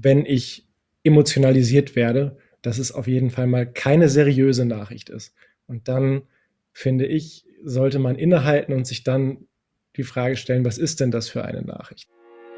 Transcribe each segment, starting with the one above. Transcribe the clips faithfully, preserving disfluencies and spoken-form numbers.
wenn ich emotionalisiert werde, dass es auf jeden Fall mal keine seriöse Nachricht ist. Und dann, finde ich, sollte man innehalten und sich dann die Frage stellen, was ist denn das für eine Nachricht?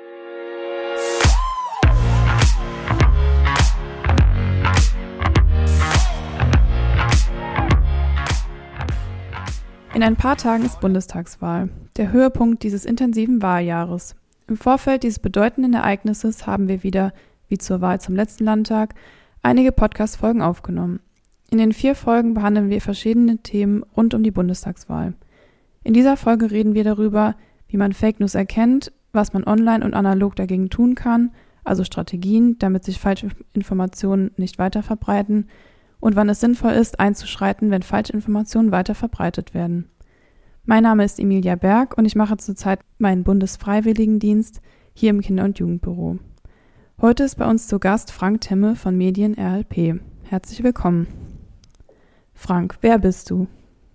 In ein paar Tagen ist Bundestagswahl, der Höhepunkt dieses intensiven Wahljahres. Im Vorfeld dieses bedeutenden Ereignisses haben wir wieder, wie zur Wahl zum letzten Landtag, einige Podcast-Folgen aufgenommen. In den vier Folgen behandeln wir verschiedene Themen rund um die Bundestagswahl. In dieser Folge reden wir darüber, wie man Fake News erkennt, was man online und analog dagegen tun kann, also Strategien, damit sich falsche Informationen nicht weiter verbreiten, und wann es sinnvoll ist, einzuschreiten, wenn falsche Informationen weiter verbreitet werden. Mein Name ist Emilia Berg und ich mache zurzeit meinen Bundesfreiwilligendienst hier im Kinder- und Jugendbüro. Heute ist bei uns zu Gast Frank Timme von Medien R L P. Herzlich willkommen. Frank, wer bist du?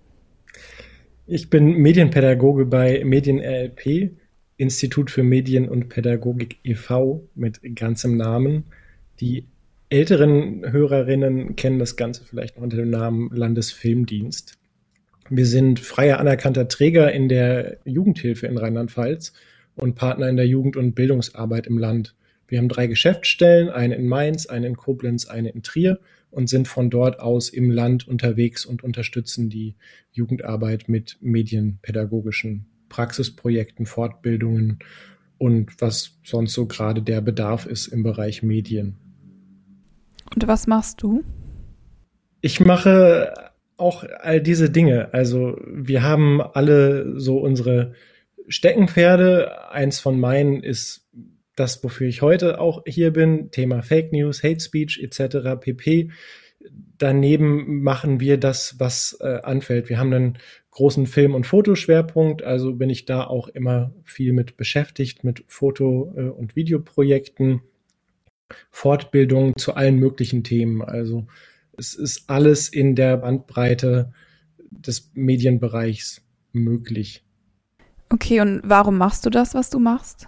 Ich bin Medienpädagoge bei Medien R L P, Institut für Medien und Pädagogik e V mit ganzem Namen. Die älteren Hörerinnen kennen das Ganze vielleicht noch unter dem Namen Landesfilmdienst. Wir sind freier anerkannter Träger in der Jugendhilfe in Rheinland-Pfalz und Partner in der Jugend- und Bildungsarbeit im Land. Wir haben drei Geschäftsstellen, eine in Mainz, eine in Koblenz, eine in Trier und sind von dort aus im Land unterwegs und unterstützen die Jugendarbeit mit medienpädagogischen Praxisprojekten, Fortbildungen und was sonst so gerade der Bedarf ist im Bereich Medien. Und was machst du? Ich mache auch all diese Dinge. Also wir haben alle so unsere Steckenpferde. Eins von meinen ist das, wofür ich heute auch hier bin, Thema Fake News, Hate Speech et cetera pp. Daneben machen wir das, was äh, anfällt. Wir haben einen großen Film- und Fotoschwerpunkt, also bin ich da auch immer viel mit beschäftigt, mit Foto- äh, und Videoprojekten. Fortbildungen zu allen möglichen Themen. Also es ist alles in der Bandbreite des Medienbereichs möglich. Okay, und warum machst du das, was du machst?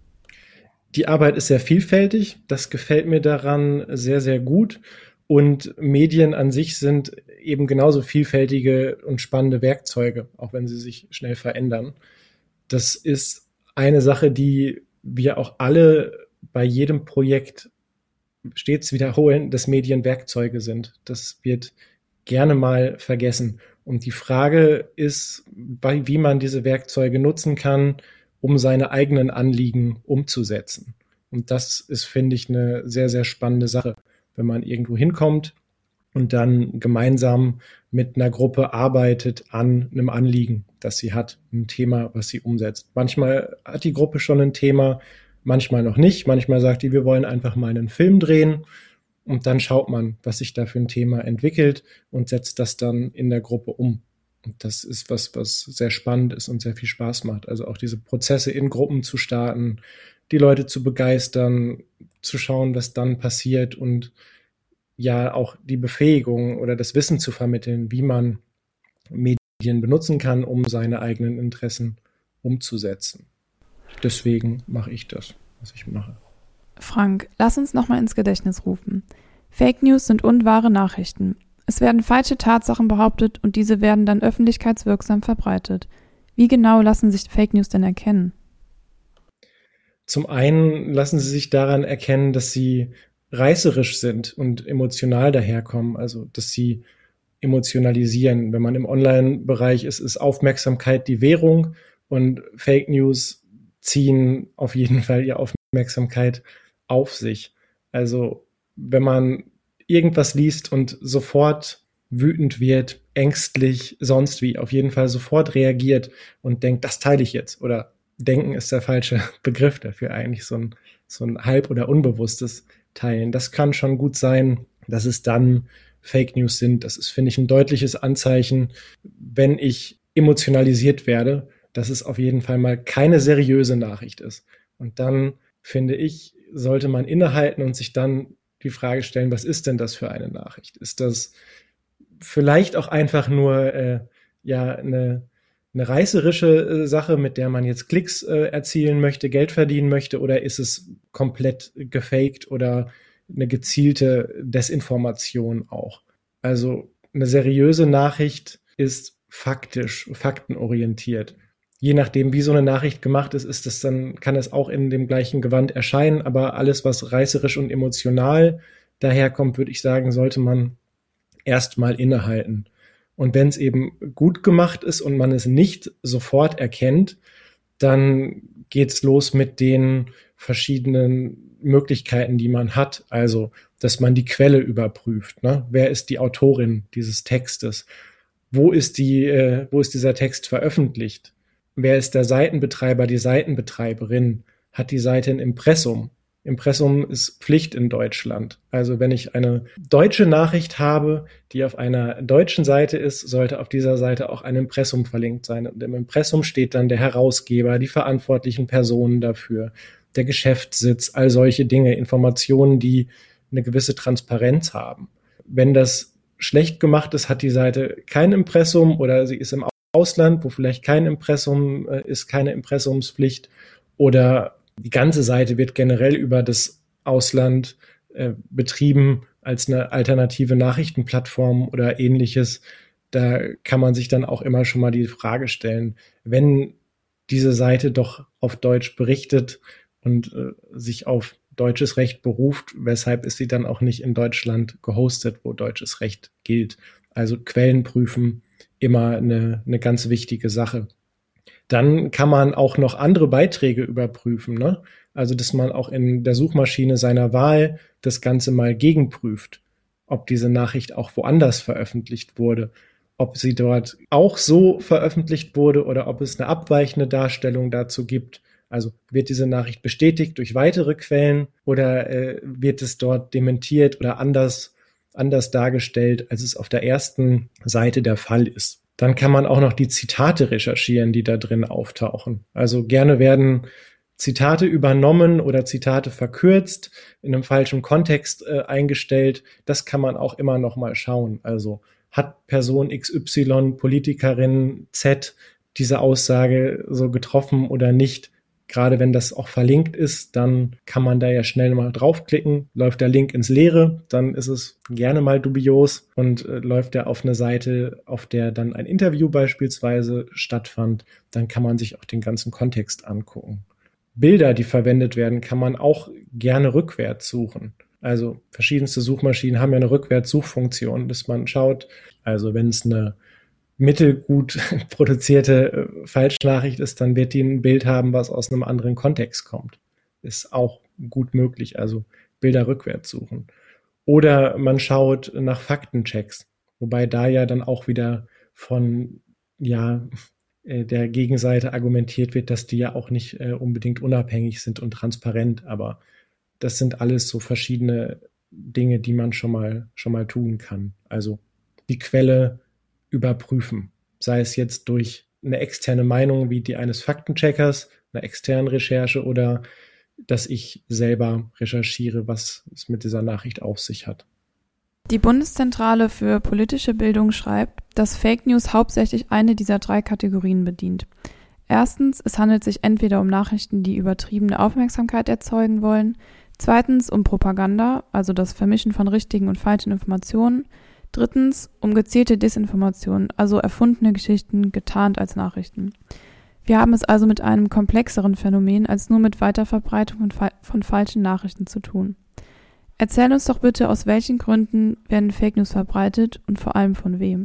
Die Arbeit ist sehr vielfältig. Das gefällt mir daran sehr, sehr gut. Und Medien an sich sind eben genauso vielfältige und spannende Werkzeuge, auch wenn sie sich schnell verändern. Das ist eine Sache, die wir auch alle bei jedem Projekt stets wiederholen, dass Medien Werkzeuge sind. Das wird gerne mal vergessen. Und die Frage ist, wie man diese Werkzeuge nutzen kann, um seine eigenen Anliegen umzusetzen. Und das ist, finde ich, eine sehr, sehr spannende Sache, wenn man irgendwo hinkommt und dann gemeinsam mit einer Gruppe arbeitet an einem Anliegen, das sie hat, ein Thema, was sie umsetzt. Manchmal hat die Gruppe schon ein Thema, manchmal noch nicht. Manchmal sagt die, wir wollen einfach mal einen Film drehen und dann schaut man, was sich da für ein Thema entwickelt und setzt das dann in der Gruppe um. Und das ist was, was sehr spannend ist und sehr viel Spaß macht. Also auch diese Prozesse in Gruppen zu starten, die Leute zu begeistern, zu schauen, was dann passiert und ja auch die Befähigung oder das Wissen zu vermitteln, wie man Medien benutzen kann, um seine eigenen Interessen umzusetzen. Deswegen mache ich das, was ich mache. Frank, lass uns nochmal ins Gedächtnis rufen. Fake News sind unwahre Nachrichten. Es werden falsche Tatsachen behauptet und diese werden dann öffentlichkeitswirksam verbreitet. Wie genau lassen sich Fake News denn erkennen? Zum einen lassen sie sich daran erkennen, dass sie reißerisch sind und emotional daherkommen, also dass sie emotionalisieren. Wenn man im Online-Bereich ist, ist Aufmerksamkeit die Währung und Fake News ziehen auf jeden Fall ihre Aufmerksamkeit auf sich. Also wenn man irgendwas liest und sofort wütend wird, ängstlich, sonst wie, auf jeden Fall sofort reagiert und denkt, das teile ich jetzt. Oder denken ist der falsche Begriff dafür eigentlich, so ein, so ein halb- oder unbewusstes Teilen. Das kann schon gut sein, dass es dann Fake News sind. Das ist, finde ich, ein deutliches Anzeichen, wenn ich emotionalisiert werde, dass es auf jeden Fall mal keine seriöse Nachricht ist. Und dann, finde ich, sollte man innehalten und sich dann die Frage stellen, was ist denn das für eine Nachricht? Ist das vielleicht auch einfach nur äh, ja eine eine reißerische äh, Sache, mit der man jetzt Klicks äh, erzielen möchte, Geld verdienen möchte, oder ist es komplett gefaked oder eine gezielte Desinformation auch? Also eine seriöse Nachricht ist faktisch, faktenorientiert. Je nachdem, wie so eine Nachricht gemacht ist, ist es dann, kann es auch in dem gleichen Gewand erscheinen, aber alles, was reißerisch und emotional daherkommt, würde ich sagen, sollte man erstmal innehalten. Und wenn es eben gut gemacht ist und man es nicht sofort erkennt, dann geht's los mit den verschiedenen Möglichkeiten, die man hat. Also, dass man die Quelle überprüft. Ne? Wer ist die Autorin dieses Textes? Wo ist die, äh, wo ist dieser Text veröffentlicht? Wer ist der Seitenbetreiber, die Seitenbetreiberin? Hat die Seite ein Impressum? Impressum ist Pflicht in Deutschland. Also wenn ich eine deutsche Nachricht habe, die auf einer deutschen Seite ist, sollte auf dieser Seite auch ein Impressum verlinkt sein. Und im Impressum steht dann der Herausgeber, die verantwortlichen Personen dafür, der Geschäftssitz, all solche Dinge, Informationen, die eine gewisse Transparenz haben. Wenn das schlecht gemacht ist, hat die Seite kein Impressum oder sie ist im Ausland, wo vielleicht kein Impressum äh, ist, keine Impressumspflicht, oder die ganze Seite wird generell über das Ausland äh, betrieben als eine alternative Nachrichtenplattform oder ähnliches. Da kann man sich dann auch immer schon mal die Frage stellen, wenn diese Seite doch auf Deutsch berichtet und äh, sich auf deutsches Recht beruft, weshalb ist sie dann auch nicht in Deutschland gehostet, wo deutsches Recht gilt? Also Quellen prüfen, immer eine, eine ganz wichtige Sache. Dann kann man auch noch andere Beiträge überprüfen, ne? Also, dass man auch in der Suchmaschine seiner Wahl das Ganze mal gegenprüft, ob diese Nachricht auch woanders veröffentlicht wurde, ob sie dort auch so veröffentlicht wurde oder ob es eine abweichende Darstellung dazu gibt. Also wird diese Nachricht bestätigt durch weitere Quellen oder äh, wird es dort dementiert oder anders, anders dargestellt, als es auf der ersten Seite der Fall ist. Dann kann man auch noch die Zitate recherchieren, die da drin auftauchen. Also gerne werden Zitate übernommen oder Zitate verkürzt, in einem falschen Kontext äh, eingestellt. Das kann man auch immer noch mal schauen. Also hat Person X Y, Politikerin Z, diese Aussage so getroffen oder nicht? Gerade wenn das auch verlinkt ist, dann kann man da ja schnell mal draufklicken. Läuft der Link ins Leere, dann ist es gerne mal dubios und äh, läuft er auf eine Seite, auf der dann ein Interview beispielsweise stattfand, dann kann man sich auch den ganzen Kontext angucken. Bilder, die verwendet werden, kann man auch gerne rückwärts suchen. Also verschiedenste Suchmaschinen haben ja eine Rückwärtssuchfunktion, dass man schaut, also wenn es eine mittelgut produzierte äh, Falschnachricht ist, dann wird die ein Bild haben, was aus einem anderen Kontext kommt. Ist auch gut möglich, also Bilder rückwärts suchen. Oder man schaut nach Faktenchecks, wobei da ja dann auch wieder von ja äh, der Gegenseite argumentiert wird, dass die ja auch nicht äh, unbedingt unabhängig sind und transparent, aber das sind alles so verschiedene Dinge, die man schon mal schon mal tun kann. Also die Quelle überprüfen, sei es jetzt durch eine externe Meinung wie die eines Faktencheckers, einer externen Recherche oder dass ich selber recherchiere, was es mit dieser Nachricht auf sich hat. Die Bundeszentrale für politische Bildung schreibt, dass Fake News hauptsächlich eine dieser drei Kategorien bedient. Erstens, es handelt sich entweder um Nachrichten, die übertriebene Aufmerksamkeit erzeugen wollen, zweitens um Propaganda, also das Vermischen von richtigen und falschen Informationen, drittens um gezielte Desinformation, also erfundene Geschichten getarnt als Nachrichten. Wir haben es also mit einem komplexeren Phänomen als nur mit Weiterverbreitung von, fa- von falschen Nachrichten zu tun. Erzähl uns doch bitte, aus welchen Gründen werden Fake News verbreitet und vor allem von wem?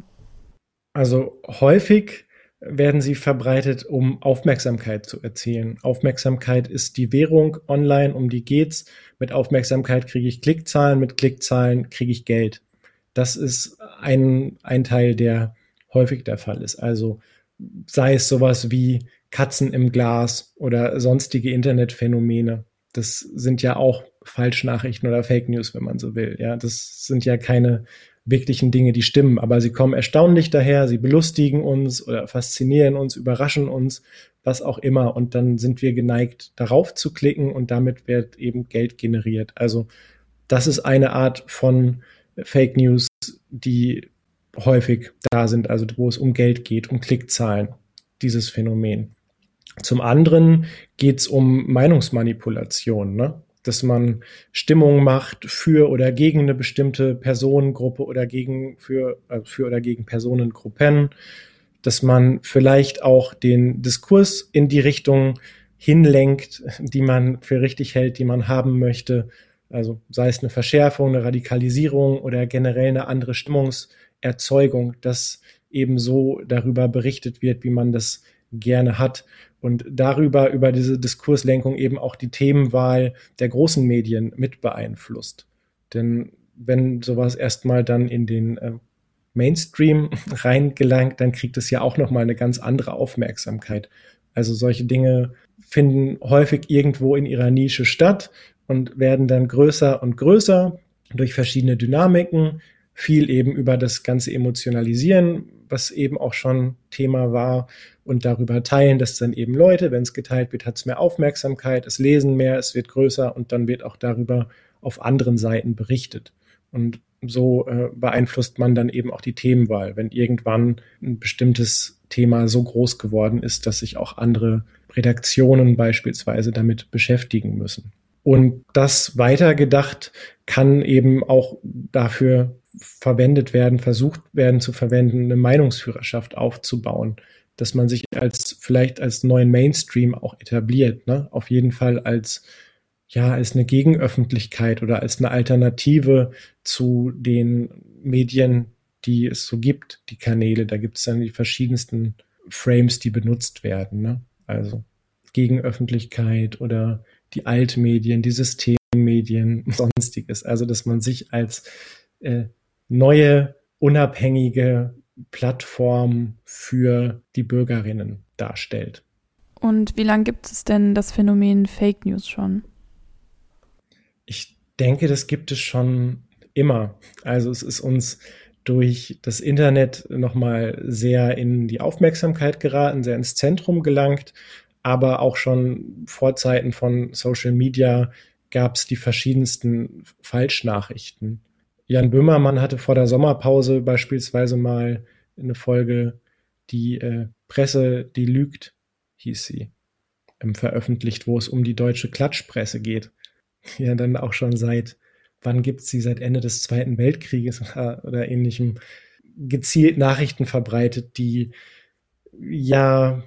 Also häufig werden sie verbreitet, um Aufmerksamkeit zu erzielen. Aufmerksamkeit ist die Währung online, um die geht's. Mit Aufmerksamkeit kriege ich Klickzahlen, mit Klickzahlen kriege ich Geld. Das ist ein, ein Teil, der häufig der Fall ist. Also sei es sowas wie Katzen im Glas oder sonstige Internetphänomene. Das sind ja auch Falschnachrichten oder Fake News, wenn man so will. Ja, das sind ja keine wirklichen Dinge, die stimmen, aber sie kommen erstaunlich daher, sie belustigen uns oder faszinieren uns, überraschen uns, was auch immer. Und dann sind wir geneigt, darauf zu klicken und damit wird eben Geld generiert. Also das ist eine Art von Fake News, die häufig da sind, also wo es um Geld geht, um Klickzahlen. dieses Phänomen. Zum anderen geht es um Meinungsmanipulation, ne? Dass man Stimmung macht für oder gegen eine bestimmte Personengruppe oder gegen für, äh, für oder gegen Personengruppen, dass man vielleicht auch den Diskurs in die Richtung hinlenkt, die man für richtig hält, die man haben möchte. Also sei es eine Verschärfung, eine Radikalisierung oder generell eine andere Stimmungserzeugung, dass eben so darüber berichtet wird, wie man das gerne hat. Und darüber, über diese Diskurslenkung eben auch die Themenwahl der großen Medien mit beeinflusst. Denn wenn sowas erstmal dann in den äh, Mainstream reingelangt, dann kriegt es ja auch nochmal eine ganz andere Aufmerksamkeit. Also solche Dinge finden häufig irgendwo in ihrer Nische statt und werden dann größer und größer durch verschiedene Dynamiken, viel eben über das ganze Emotionalisieren, was eben auch schon Thema war, und darüber teilen das dann eben Leute. Wenn es geteilt wird, hat es mehr Aufmerksamkeit, es lesen mehr, es wird größer und dann wird auch darüber auf anderen Seiten berichtet. Und so äh, beeinflusst man dann eben auch die Themenwahl, wenn irgendwann ein bestimmtes Thema so groß geworden ist, dass sich auch andere Redaktionen beispielsweise damit beschäftigen müssen. Und das weitergedacht kann eben auch dafür verwendet werden, versucht werden zu verwenden, eine Meinungsführerschaft aufzubauen, dass man sich als vielleicht als neuen Mainstream auch etabliert, ne? Auf jeden Fall als ja als eine Gegenöffentlichkeit oder als eine Alternative zu den Medien, die es so gibt, die Kanäle. Da gibt es dann die verschiedensten Frames, die benutzt werden, ne? Also Gegenöffentlichkeit oder die Altmedien, die Systemmedien, sonstiges. Also dass man sich als äh, neue, unabhängige Plattform für die Bürgerinnen darstellt. Und wie lange gibt es denn das Phänomen Fake News schon? Ich denke, das gibt es schon immer. Also es ist uns durch das Internet nochmal sehr in die Aufmerksamkeit geraten, sehr ins Zentrum gelangt. Aber auch schon vor Zeiten von Social Media gab es die verschiedensten Falschnachrichten. Jan Böhmermann hatte vor der Sommerpause beispielsweise mal eine Folge, die äh, Presse, die lügt, hieß sie, ähm, veröffentlicht, wo es um die deutsche Klatschpresse geht. Ja, dann auch schon seit, wann gibt es sie, seit Ende des Zweiten Weltkrieges oder, oder ähnlichem, gezielt Nachrichten verbreitet, die ja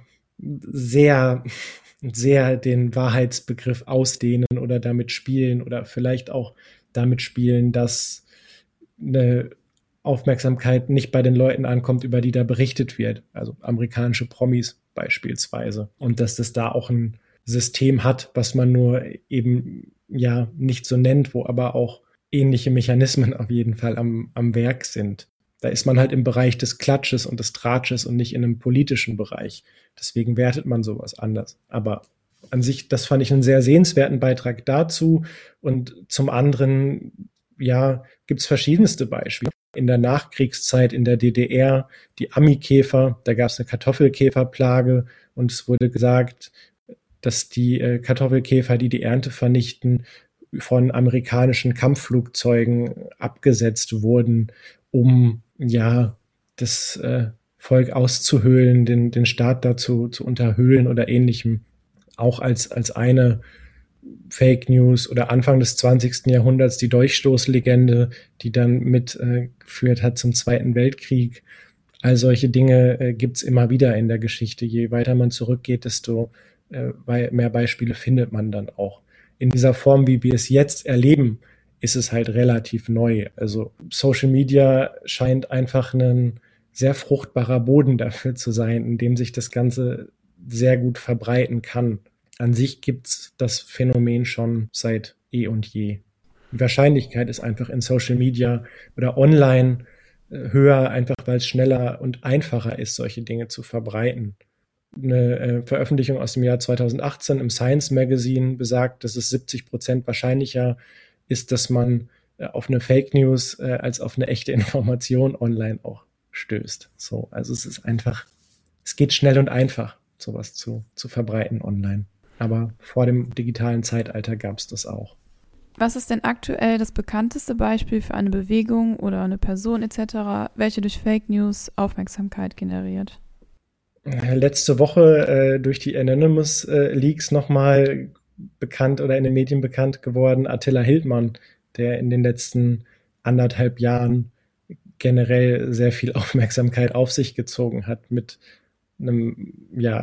sehr, sehr den Wahrheitsbegriff ausdehnen oder damit spielen oder vielleicht auch damit spielen, dass eine Aufmerksamkeit nicht bei den Leuten ankommt, über die da berichtet wird. Also amerikanische Promis beispielsweise. Und dass das da auch ein System hat, was man nur eben ja nicht so nennt, wo aber auch ähnliche Mechanismen auf jeden Fall am, am Werk sind. Da ist man halt im Bereich des Klatsches und des Tratsches und nicht in einem politischen Bereich. Deswegen wertet man sowas anders. Aber an sich, das fand ich einen sehr sehenswerten Beitrag dazu. Und zum anderen, ja, gibt es verschiedenste Beispiele. In der Nachkriegszeit in der D D R, die Ami-Käfer, da gab es eine Kartoffelkäferplage und es wurde gesagt, dass die äh, Kartoffelkäfer, die die Ernte vernichten, von amerikanischen Kampfflugzeugen abgesetzt wurden, um ja das äh, Volk auszuhöhlen, den, den Staat dazu zu unterhöhlen oder ähnlichem. Auch als, als eine Fake News oder Anfang des zwanzigsten Jahrhunderts die Dolchstoßlegende, die dann mitgeführt äh, hat zum Zweiten Weltkrieg. All solche Dinge äh, gibt's immer wieder in der Geschichte. Je weiter man zurückgeht, desto äh, mehr Beispiele findet man dann auch. In dieser Form, wie wir es jetzt erleben, ist es halt relativ neu. Also Social Media scheint einfach ein sehr fruchtbarer Boden dafür zu sein, in dem sich das Ganze sehr gut verbreiten kann. An sich gibt's das Phänomen schon seit eh und je. Die Wahrscheinlichkeit ist einfach in Social Media oder online höher, einfach weil es schneller und einfacher ist, solche Dinge zu verbreiten. Eine äh, Veröffentlichung aus dem Jahr zweitausendachtzehn im Science Magazine besagt, dass es siebzig Prozent wahrscheinlicher ist, dass man äh, auf eine Fake News äh, als auf eine echte Information online auch stößt. So, also es ist einfach, es geht schnell und einfach, sowas zu, zu verbreiten online. Aber vor dem digitalen Zeitalter gab es das auch. Was ist denn aktuell das bekannteste Beispiel für eine Bewegung oder eine Person et cetera, welche durch Fake News Aufmerksamkeit generiert? letzte Woche äh, durch die Anonymous äh, Leaks nochmal bekannt oder in den Medien bekannt geworden, Attila Hildmann, der in den letzten anderthalb Jahren generell sehr viel Aufmerksamkeit auf sich gezogen hat mit einem ja,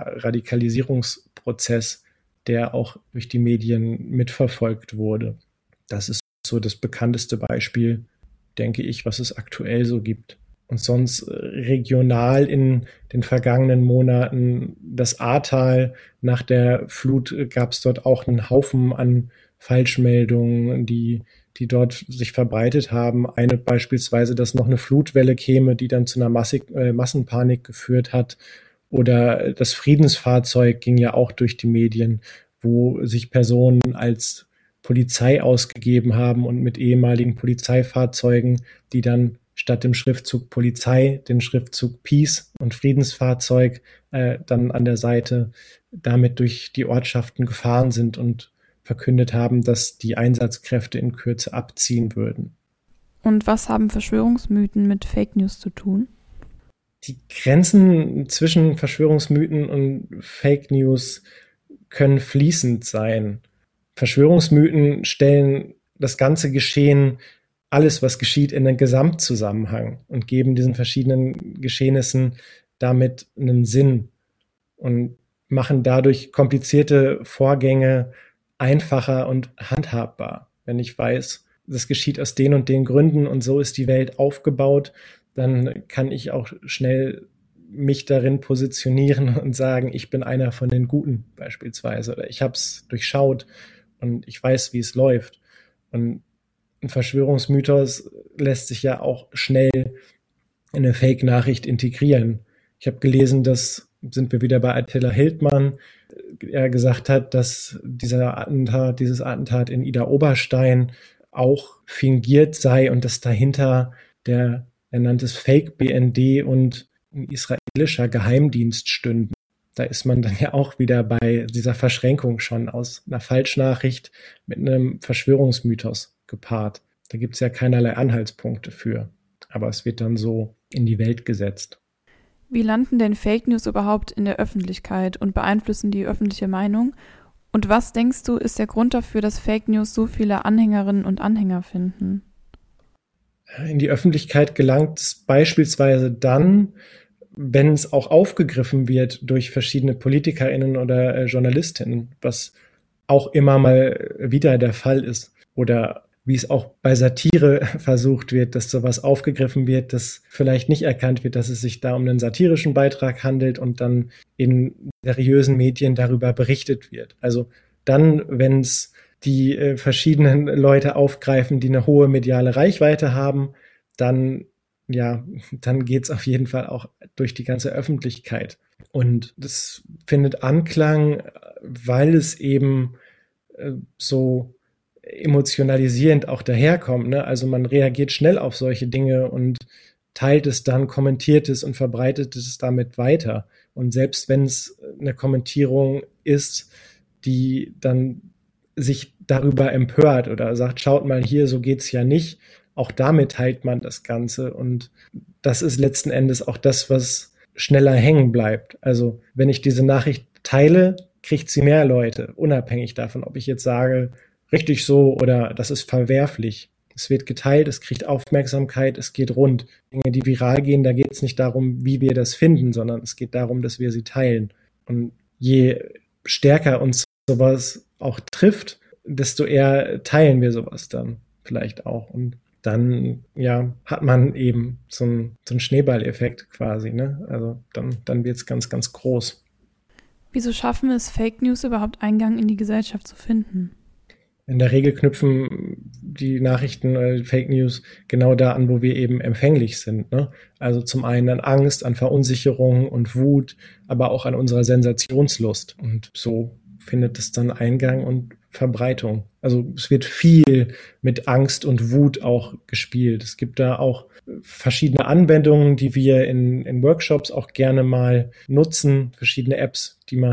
Radikalisierungsprozess, der auch durch die Medien mitverfolgt wurde. Das ist so das bekannteste Beispiel, denke ich, was es aktuell so gibt. Und sonst regional in den vergangenen Monaten das Ahrtal. Nach der Flut gab es dort auch einen Haufen an Falschmeldungen, die, die dort sich verbreitet haben. Eine beispielsweise, dass noch eine Flutwelle käme, die dann zu einer Massig, äh, Massenpanik geführt hat. Oder das Friedensfahrzeug ging ja auch durch die Medien, wo sich Personen als Polizei ausgegeben haben und mit ehemaligen Polizeifahrzeugen, die dann statt dem Schriftzug Polizei den Schriftzug Peace und Friedensfahrzeug äh, dann an der Seite damit durch die Ortschaften gefahren sind und verkündet haben, dass die Einsatzkräfte in Kürze abziehen würden. Und was haben Verschwörungsmythen mit Fake News zu tun? Die Grenzen zwischen Verschwörungsmythen und Fake News können fließend sein. Verschwörungsmythen stellen das ganze Geschehen, alles, was geschieht, in einen Gesamtzusammenhang und geben diesen verschiedenen Geschehnissen damit einen Sinn und machen dadurch komplizierte Vorgänge einfacher und handhabbar. Wenn ich weiß, das geschieht aus den und den Gründen und so ist die Welt aufgebaut, dann kann ich auch schnell mich darin positionieren und sagen, ich bin einer von den Guten beispielsweise oder ich habe es durchschaut und ich weiß, wie es läuft. Und ein Verschwörungsmythos lässt sich ja auch schnell in eine Fake-Nachricht integrieren. Ich habe gelesen, dass, sind wir wieder bei Attila Hildmann, er gesagt hat, dass dieser Attentat, dieses Attentat in Ida Oberstein auch fingiert sei und dass dahinter der, er nannte es Fake-B N D und ein israelischer Geheimdienst stünden. Da ist man dann ja auch wieder bei dieser Verschränkung schon aus einer Falschnachricht mit einem Verschwörungsmythos gepaart. Da gibt es ja keinerlei Anhaltspunkte für. Aber es wird dann so in die Welt gesetzt. Wie landen denn Fake News überhaupt in der Öffentlichkeit und beeinflussen die öffentliche Meinung? Und was denkst du, ist der Grund dafür, dass Fake News so viele Anhängerinnen und Anhänger finden? In die Öffentlichkeit gelangt es beispielsweise dann, wenn es auch aufgegriffen wird durch verschiedene PolitikerInnen oder äh, JournalistInnen, was auch immer mal wieder der Fall ist. Oder wie es auch bei Satire versucht wird, dass sowas aufgegriffen wird, dass vielleicht nicht erkannt wird, dass es sich da um einen satirischen Beitrag handelt und dann in seriösen Medien darüber berichtet wird. Also dann, wenn es die äh, verschiedenen Leute aufgreifen, die eine hohe mediale Reichweite haben, dann ja, dann geht's auf jeden Fall auch durch die ganze Öffentlichkeit. Und das findet Anklang, weil es eben äh, so emotionalisierend auch daherkommt, ne? Also man reagiert schnell auf solche Dinge und teilt es dann, kommentiert es und verbreitet es damit weiter. Und selbst wenn es eine Kommentierung ist, die dann sich darüber empört oder sagt, schaut mal hier, so geht's ja nicht, auch damit teilt man das Ganze. Und das ist letzten Endes auch das, was schneller hängen bleibt. Also wenn ich diese Nachricht teile, kriegt sie mehr Leute, unabhängig davon, ob ich jetzt sage, richtig so oder das ist verwerflich. Es wird geteilt, es kriegt Aufmerksamkeit, es geht rund. Dinge, die viral gehen, da geht es nicht darum, wie wir das finden, sondern es geht darum, dass wir sie teilen. Und je stärker uns sowas auch trifft, desto eher teilen wir sowas dann vielleicht auch. Und dann ja, hat man eben so einen, so einen Schneeballeffekt quasi, ne? Also dann, dann wird es ganz, ganz groß. Wieso schaffen es Fake News überhaupt Eingang in die Gesellschaft zu finden? In der Regel knüpfen die Nachrichten oder Fake News genau da an, wo wir eben empfänglich sind, ne? Also zum einen an Angst, an Verunsicherung und Wut, aber auch an unserer Sensationslust. Und so findet es dann Eingang und Verbreitung. Also es wird viel mit Angst und Wut auch gespielt. Es gibt da auch verschiedene Anwendungen, die wir in, in Workshops auch gerne mal nutzen, verschiedene Apps, die man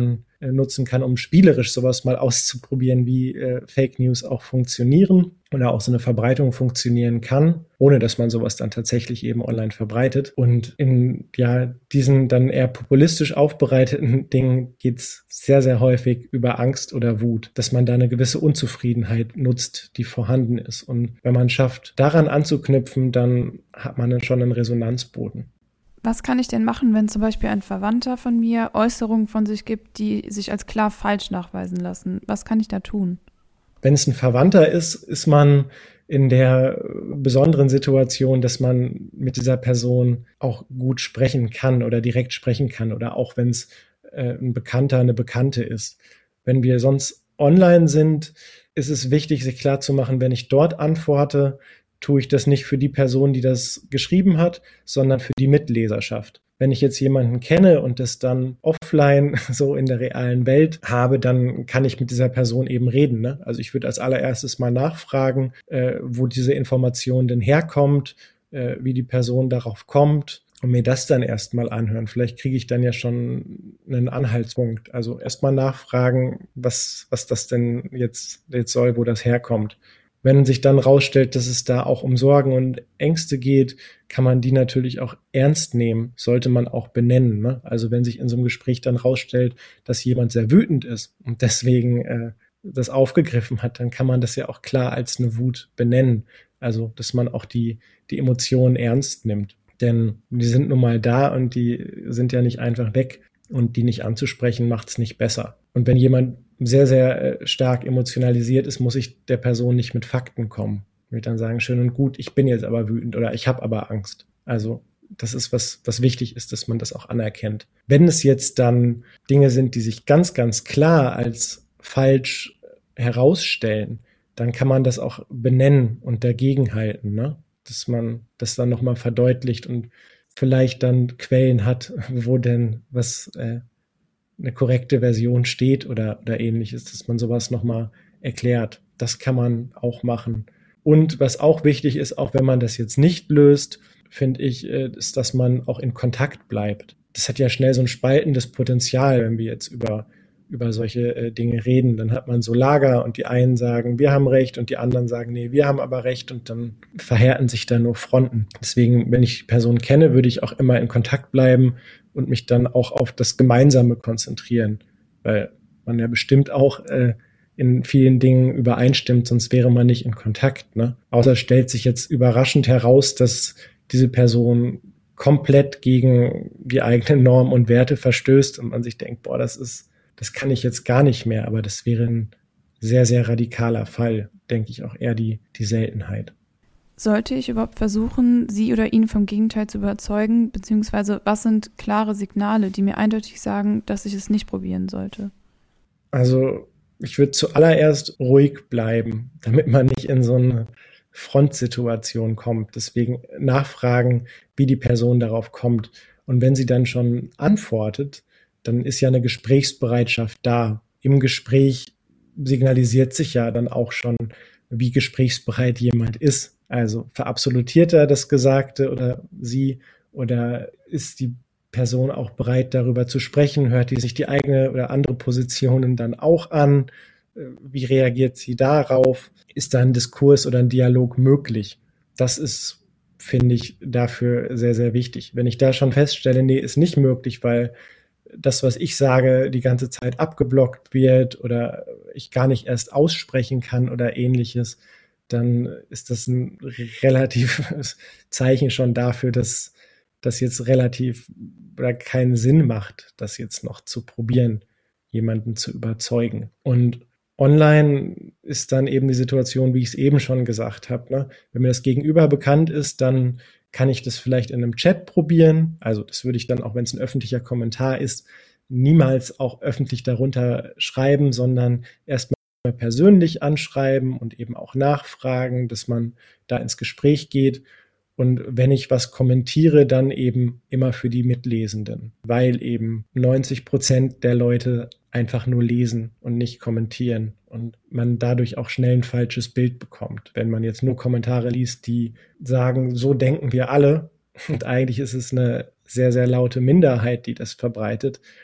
äh, nutzen kann, um spielerisch sowas mal auszuprobieren, wie äh, Fake News auch funktionieren oder auch so eine Verbreitung funktionieren kann, ohne dass man sowas dann tatsächlich eben online verbreitet. Und in ja diesen dann eher populistisch aufbereiteten Dingen geht's sehr, sehr häufig über Angst oder Wut, dass man da eine gewisse Unzufriedenheit nutzt, die vorhanden ist. Und wenn man schafft, daran anzuknüpfen, dann hat man dann schon einen Resonanzboden. Was kann ich denn machen, wenn zum Beispiel ein Verwandter von mir Äußerungen von sich gibt, die sich als klar falsch nachweisen lassen? Was kann ich da tun? Wenn es ein Verwandter ist, ist man in der besonderen Situation, dass man mit dieser Person auch gut sprechen kann oder direkt sprechen kann oder auch wenn es äh, ein Bekannter, eine Bekannte ist. Wenn wir sonst online sind, ist es wichtig, sich klarzumachen, wenn ich dort antworte, tue ich das nicht für die Person, die das geschrieben hat, sondern für die Mitleserschaft. Wenn ich jetzt jemanden kenne und das dann offline so in der realen Welt habe, dann kann ich mit dieser Person eben reden. Ne? Also ich würde als allererstes mal nachfragen, äh, wo diese Information denn herkommt, äh, wie die Person darauf kommt und mir das dann erstmal anhören. Vielleicht kriege ich dann ja schon einen Anhaltspunkt. Also erstmal nachfragen, was, was das denn jetzt, jetzt soll, wo das herkommt. Wenn sich dann rausstellt, dass es da auch um Sorgen und Ängste geht, kann man die natürlich auch ernst nehmen, sollte man auch benennen. Ne? Also wenn sich in so einem Gespräch dann rausstellt, dass jemand sehr wütend ist und deswegen äh, das aufgegriffen hat, dann kann man das ja auch klar als eine Wut benennen. Also dass man auch die, die Emotionen ernst nimmt. Denn die sind nun mal da und die sind ja nicht einfach weg. Und die nicht anzusprechen, macht es nicht besser. Und wenn jemand sehr, sehr stark emotionalisiert ist, muss ich der Person nicht mit Fakten kommen. Ich würde dann sagen, schön und gut, ich bin jetzt aber wütend oder ich habe aber Angst. Also das ist was, was wichtig ist, dass man das auch anerkennt. Wenn es jetzt dann Dinge sind, die sich ganz, ganz klar als falsch herausstellen, dann kann man das auch benennen und dagegenhalten, ne? Dass man das dann nochmal verdeutlicht und vielleicht dann Quellen hat, wo denn was äh, eine korrekte Version steht oder, oder ähnliches, dass man sowas nochmal erklärt. Das kann man auch machen. Und was auch wichtig ist, auch wenn man das jetzt nicht löst, finde ich, äh, ist, dass man auch in Kontakt bleibt. Das hat ja schnell so ein spaltendes Potenzial, wenn wir jetzt über über solche äh, Dinge reden. Dann hat man so Lager und die einen sagen, wir haben Recht und die anderen sagen, nee, wir haben aber Recht und dann verhärten sich da nur Fronten. Deswegen, wenn ich die Person kenne, würde ich auch immer in Kontakt bleiben und mich dann auch auf das Gemeinsame konzentrieren, weil man ja bestimmt auch äh, in vielen Dingen übereinstimmt, sonst wäre man nicht in Kontakt. Ne? Außer stellt sich jetzt überraschend heraus, dass diese Person komplett gegen die eigenen Normen und Werte verstößt und man sich denkt, boah, das ist Das kann ich jetzt gar nicht mehr, aber das wäre ein sehr, sehr radikaler Fall, denke ich auch eher die, die Seltenheit. Sollte ich überhaupt versuchen, sie oder ihn vom Gegenteil zu überzeugen, beziehungsweise was sind klare Signale, die mir eindeutig sagen, dass ich es nicht probieren sollte? Also ich würde zuallererst ruhig bleiben, damit man nicht in so eine Frontsituation kommt. Deswegen nachfragen, wie die Person darauf kommt. Und wenn sie dann schon antwortet, dann ist ja eine Gesprächsbereitschaft da. Im Gespräch signalisiert sich ja dann auch schon, wie gesprächsbereit jemand ist. Also verabsolutiert er das Gesagte oder sie oder ist die Person auch bereit, darüber zu sprechen? Hört die sich die eigene oder andere Positionen dann auch an? Wie reagiert sie darauf? Ist da ein Diskurs oder ein Dialog möglich? Das ist, finde ich, dafür sehr, sehr wichtig. Wenn ich da schon feststelle, nee, ist nicht möglich, weil das, was ich sage, die ganze Zeit abgeblockt wird oder ich gar nicht erst aussprechen kann oder ähnliches, dann ist das ein relatives Zeichen schon dafür, dass das jetzt relativ oder keinen Sinn macht, das jetzt noch zu probieren, jemanden zu überzeugen. Und online ist dann eben die Situation, wie ich es eben schon gesagt habe, ne? Wenn mir das Gegenüber bekannt ist, dann kann ich das vielleicht in einem Chat probieren. Also das würde ich dann, auch wenn es ein öffentlicher Kommentar ist, niemals auch öffentlich darunter schreiben, sondern erstmal persönlich anschreiben und eben auch nachfragen, dass man da ins Gespräch geht. Und wenn ich was kommentiere, dann eben immer für die Mitlesenden, weil eben neunzig Prozent der Leute einfach nur lesen und nicht kommentieren und man dadurch auch schnell ein falsches Bild bekommt. Wenn man jetzt nur Kommentare liest, die sagen, so denken wir alle und eigentlich ist es eine sehr, sehr laute Minderheit, die das verbreitet,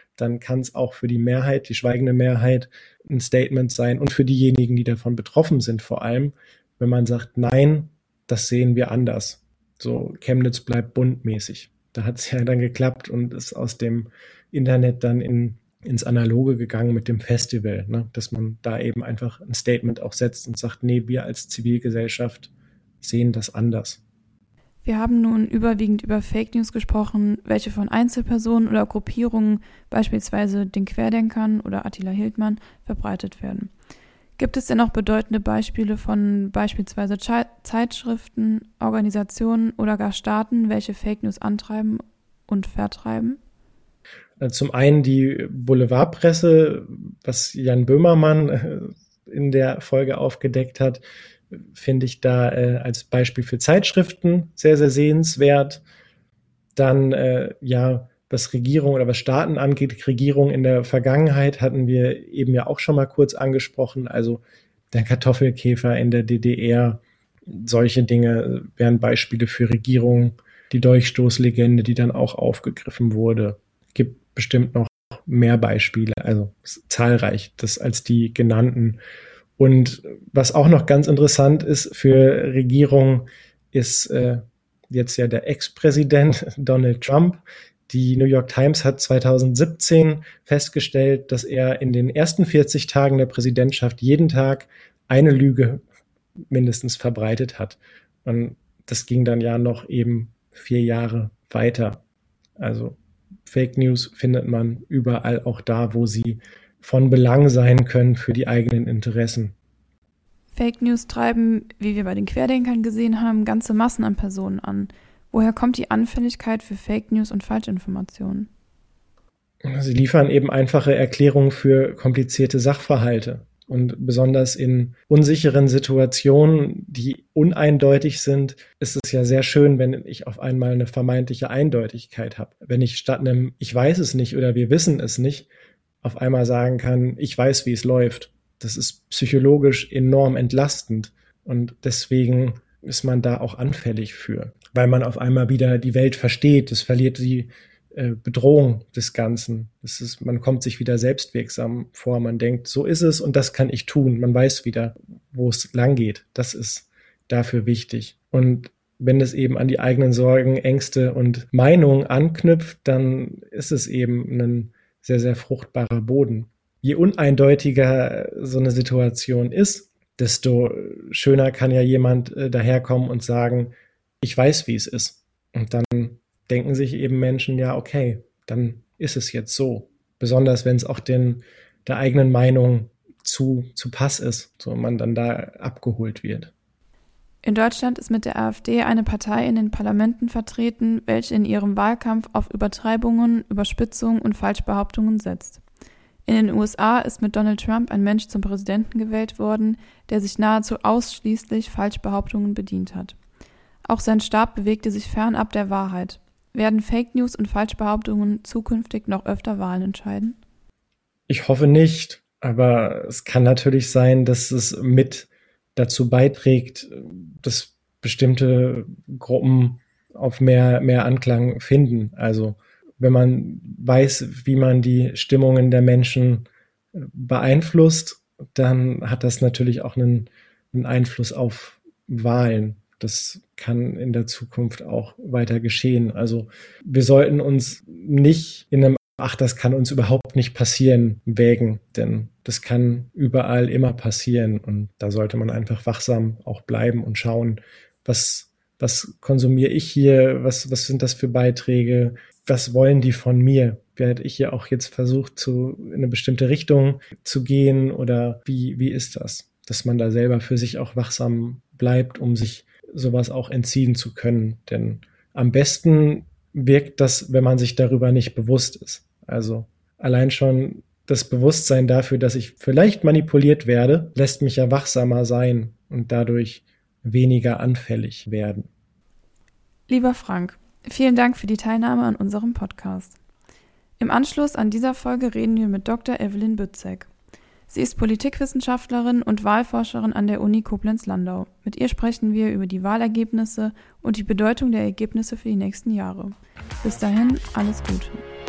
dann kann es auch für die Mehrheit, die schweigende Mehrheit, ein Statement sein und für diejenigen, die davon betroffen sind vor allem, wenn man sagt, nein, das sehen wir anders. So Chemnitz bleibt bunt mäßig. Da hat es ja dann geklappt und ist aus dem Internet dann in, ins Analoge gegangen mit dem Festival, ne? Dass man da eben einfach ein Statement auch setzt und sagt, nee, wir als Zivilgesellschaft sehen das anders. Wir haben nun überwiegend über Fake News gesprochen, welche von Einzelpersonen oder Gruppierungen, beispielsweise den Querdenkern oder Attila Hildmann, verbreitet werden. Gibt es denn noch bedeutende Beispiele von beispielsweise Zeitschriften, Organisationen oder gar Staaten, welche Fake News antreiben und vertreiben? Zum einen die Boulevardpresse, was Jan Böhmermann in der Folge aufgedeckt hat, finde ich da äh, als Beispiel für Zeitschriften sehr, sehr sehenswert. Dann, äh, ja, was Regierung oder was Staaten angeht, Regierung in der Vergangenheit hatten wir eben ja auch schon mal kurz angesprochen. Also der Kartoffelkäfer in der D D R, solche Dinge wären Beispiele für Regierungen. Die Dolchstoßlegende, die dann auch aufgegriffen wurde. Gibt bestimmt noch mehr Beispiele, also zahlreich, das als die genannten. Und was auch noch ganz interessant ist für Regierungen, ist äh, jetzt ja der Ex-Präsident Donald Trump. Die New York Times hat zwanzig siebzehn festgestellt, dass er in den ersten vierzig Tagen der Präsidentschaft jeden Tag eine Lüge mindestens verbreitet hat. Und das ging dann ja noch eben vier Jahre weiter. Also Fake News findet man überall, auch da, wo sie von Belang sein können für die eigenen Interessen. Fake News treiben, wie wir bei den Querdenkern gesehen haben, ganze Massen an Personen an. Woher kommt die Anfälligkeit für Fake News und Falschinformationen? Sie liefern eben einfache Erklärungen für komplizierte Sachverhalte. Und besonders in unsicheren Situationen, die uneindeutig sind, ist es ja sehr schön, wenn ich auf einmal eine vermeintliche Eindeutigkeit habe. Wenn ich statt einem Ich weiß es nicht oder wir wissen es nicht, auf einmal sagen kann, ich weiß, wie es läuft. Das ist psychologisch enorm entlastend. Und deswegen ist man da auch anfällig für, weil man auf einmal wieder die Welt versteht. Es verliert die äh, Bedrohung des Ganzen. Das ist, man kommt sich wieder selbstwirksam vor. Man denkt, so ist es und das kann ich tun. Man weiß wieder, wo es lang geht. Das ist dafür wichtig. Und wenn es eben an die eigenen Sorgen, Ängste und Meinungen anknüpft, dann ist es eben ein sehr, sehr fruchtbarer Boden. Je uneindeutiger so eine Situation ist, desto schöner kann ja jemand äh, daherkommen und sagen, ich weiß, wie es ist. Und dann denken sich eben Menschen, ja, okay, dann ist es jetzt so. Besonders wenn es auch den, der eigenen Meinung zu, zu Pass ist, so man dann da abgeholt wird. In Deutschland ist mit der AfD eine Partei in den Parlamenten vertreten, welche in ihrem Wahlkampf auf Übertreibungen, Überspitzungen und Falschbehauptungen setzt. In den U S A ist mit Donald Trump ein Mensch zum Präsidenten gewählt worden, der sich nahezu ausschließlich Falschbehauptungen bedient hat. Auch sein Stab bewegte sich fernab der Wahrheit. Werden Fake News und Falschbehauptungen zukünftig noch öfter Wahlen entscheiden? Ich hoffe nicht, aber es kann natürlich sein, dass es mit dazu beiträgt, dass bestimmte Gruppen auf mehr, mehr Anklang finden. Also wenn man weiß, wie man die Stimmungen der Menschen beeinflusst, dann hat das natürlich auch einen, einen Einfluss auf Wahlen. Das kann in der Zukunft auch weiter geschehen. Also wir sollten uns nicht in einem Ach, das kann uns überhaupt nicht passieren, wägen, denn das kann überall immer passieren und da sollte man einfach wachsam auch bleiben und schauen, was, was konsumiere ich hier, was, was sind das für Beiträge, was wollen die von mir? Werde ich hier auch jetzt versucht, zu, in eine bestimmte Richtung zu gehen oder wie, wie ist das? Dass man da selber für sich auch wachsam bleibt, um sich sowas auch entziehen zu können, denn am besten wirkt das, wenn man sich darüber nicht bewusst ist. Also allein schon das Bewusstsein dafür, dass ich vielleicht manipuliert werde, lässt mich ja wachsamer sein und dadurch weniger anfällig werden. Lieber Frank, vielen Dank für die Teilnahme an unserem Podcast. Im Anschluss an dieser Folge reden wir mit Doktor Evelyn Bützek. Sie ist Politikwissenschaftlerin und Wahlforscherin an der Uni Koblenz-Landau. Mit ihr sprechen wir über die Wahlergebnisse und die Bedeutung der Ergebnisse für die nächsten Jahre. Bis dahin, alles Gute.